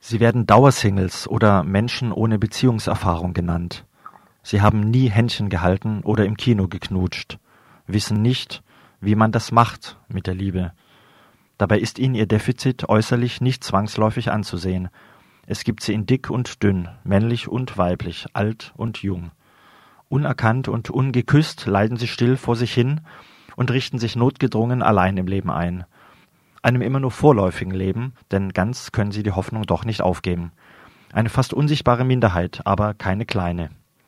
Sie werden Dauersingles oder Menschen ohne Beziehungserfahrung genannt. Sie haben nie Händchen gehalten oder im Kino geknutscht, wissen nicht, wie man das macht mit der Liebe. Dabei ist ihnen ihr Defizit äußerlich nicht zwangsläufig anzusehen. Es gibt sie in dick und dünn, männlich und weiblich, alt und jung. Unerkannt und ungeküsst leiden sie still vor sich hin und richten sich notgedrungen allein im Leben ein. Einem immer nur vorläufigen Leben, denn ganz können sie die Hoffnung doch nicht aufgeben. Eine fast unsichtbare Minderheit, aber keine kleine.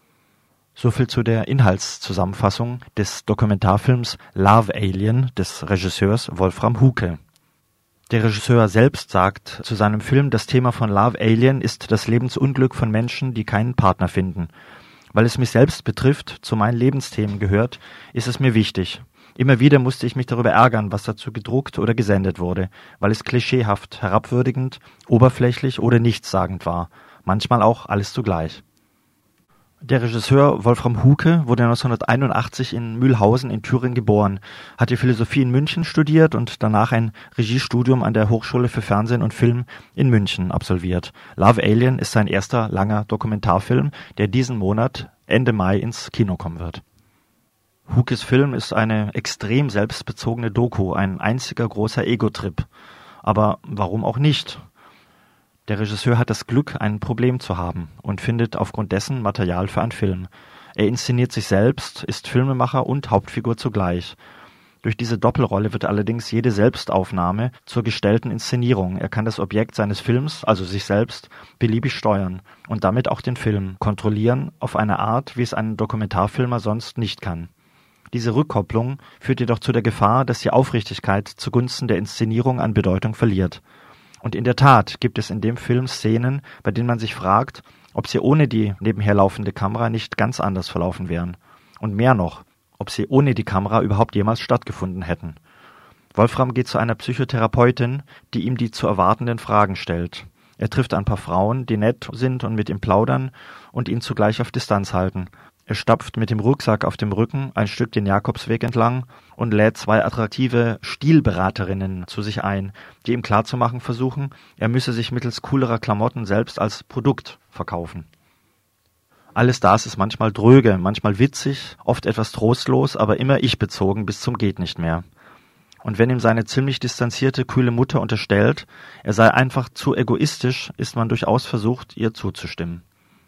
Soviel zu der Inhaltszusammenfassung des Dokumentarfilms Love Alien des Regisseurs Wolfram Huke. Der Regisseur selbst sagt zu seinem Film, das Thema von Love Alien ist das Lebensunglück von Menschen, die keinen Partner finden. Weil es mich selbst betrifft, zu meinen Lebensthemen gehört, ist es mir wichtig. Immer wieder musste ich mich darüber ärgern, was dazu gedruckt oder gesendet wurde, weil es klischeehaft, herabwürdigend, oberflächlich oder nichtssagend war. Manchmal auch alles zugleich. Der Regisseur Wolfram Huke wurde 1981 in Mühlhausen in Thüringen geboren, hatte Philosophie in München studiert und danach ein Regiestudium an der Hochschule für Fernsehen und Film in München absolviert. Love Alien ist sein erster langer Dokumentarfilm, der diesen Monat Ende Mai ins Kino kommen wird. Hukes Film ist eine extrem selbstbezogene Doku, ein einziger großer Ego-Trip. Aber warum auch nicht? Der Regisseur hat das Glück, ein Problem zu haben und findet aufgrund dessen Material für einen Film. Er inszeniert sich selbst, ist Filmemacher und Hauptfigur zugleich. Durch diese Doppelrolle wird allerdings jede Selbstaufnahme zur gestellten Inszenierung. Er kann das Objekt seines Films, also sich selbst, beliebig steuern und damit auch den Film kontrollieren auf eine Art, wie es ein Dokumentarfilmer sonst nicht kann. Diese Rückkopplung führt jedoch zu der Gefahr, dass die Aufrichtigkeit zugunsten der Inszenierung an Bedeutung verliert. Und in der Tat gibt es in dem Film Szenen, bei denen man sich fragt, ob sie ohne die nebenher laufende Kamera nicht ganz anders verlaufen wären. Und mehr noch, ob sie ohne die Kamera überhaupt jemals stattgefunden hätten. Wolfram geht zu einer Psychotherapeutin, die ihm die zu erwartenden Fragen stellt. Er trifft ein paar Frauen, die nett sind und mit ihm plaudern und ihn zugleich auf Distanz halten. Er stapft mit dem Rucksack auf dem Rücken ein Stück den Jakobsweg entlang und lädt zwei attraktive Stilberaterinnen zu sich ein, die ihm klarzumachen versuchen, er müsse sich mittels coolerer Klamotten selbst als Produkt verkaufen. Alles das ist manchmal dröge, manchmal witzig, oft etwas trostlos, aber immer ich-bezogen bis zum geht nicht mehr. Und wenn ihm seine ziemlich distanzierte, kühle Mutter unterstellt, er sei einfach zu egoistisch, ist man durchaus versucht, ihr zuzustimmen.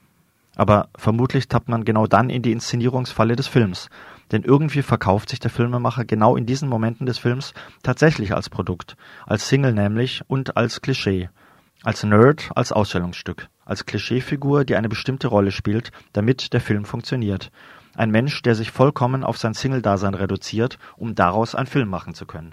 Aber vermutlich tappt man genau dann in die Inszenierungsfalle des Films. Denn irgendwie verkauft sich der Filmemacher genau in diesen Momenten des Films tatsächlich als Produkt. Als Single nämlich und als Klischee. Als Nerd, als Ausstellungsstück. Als Klischeefigur, die eine bestimmte Rolle spielt, damit der Film funktioniert. Ein Mensch, der sich vollkommen auf sein Single-Dasein reduziert, um daraus einen Film machen zu können.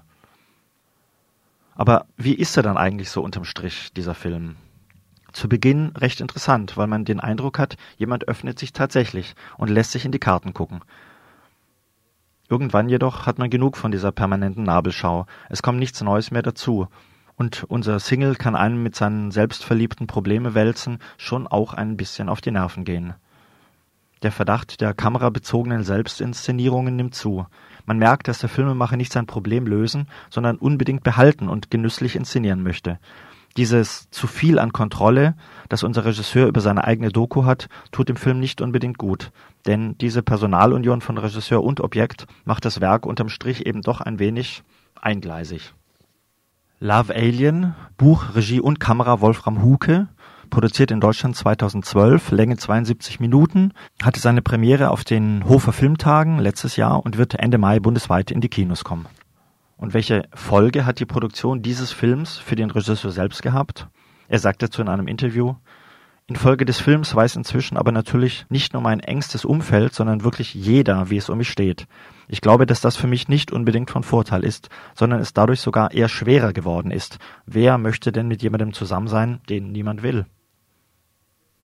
Aber wie ist er dann eigentlich so unterm Strich, dieser Film? Zu Beginn recht interessant, weil man den Eindruck hat, jemand öffnet sich tatsächlich und lässt sich in die Karten gucken. Irgendwann jedoch hat man genug von dieser permanenten Nabelschau. Es kommt nichts Neues mehr dazu. Und unser Single kann einem mit seinen selbstverliebten Probleme wälzen schon auch ein bisschen auf die Nerven gehen. Der Verdacht der kamerabezogenen Selbstinszenierungen nimmt zu. Man merkt, dass der Filmemacher nicht sein Problem lösen, sondern unbedingt behalten und genüsslich inszenieren möchte. Dieses zu viel an Kontrolle, das unser Regisseur über seine eigene Doku hat, tut dem Film nicht unbedingt gut. Denn diese Personalunion von Regisseur und Objekt macht das Werk unterm Strich eben doch ein wenig eingleisig. Love Alien, Buch, Regie und Kamera Wolfram Huke, produziert in Deutschland 2012, Länge 72 Minuten, hatte seine Premiere auf den Hofer Filmtagen letztes Jahr und wird Ende Mai bundesweit in die Kinos kommen. Und welche Folge hat die Produktion dieses Films für den Regisseur selbst gehabt? Er sagte dazu in einem Interview: Infolge des Films weiß inzwischen aber natürlich nicht nur mein engstes Umfeld, sondern wirklich jeder, wie es um mich steht. Ich glaube, dass das für mich nicht unbedingt von Vorteil ist, sondern es dadurch sogar eher schwerer geworden ist. Wer möchte denn mit jemandem zusammen sein, den niemand will?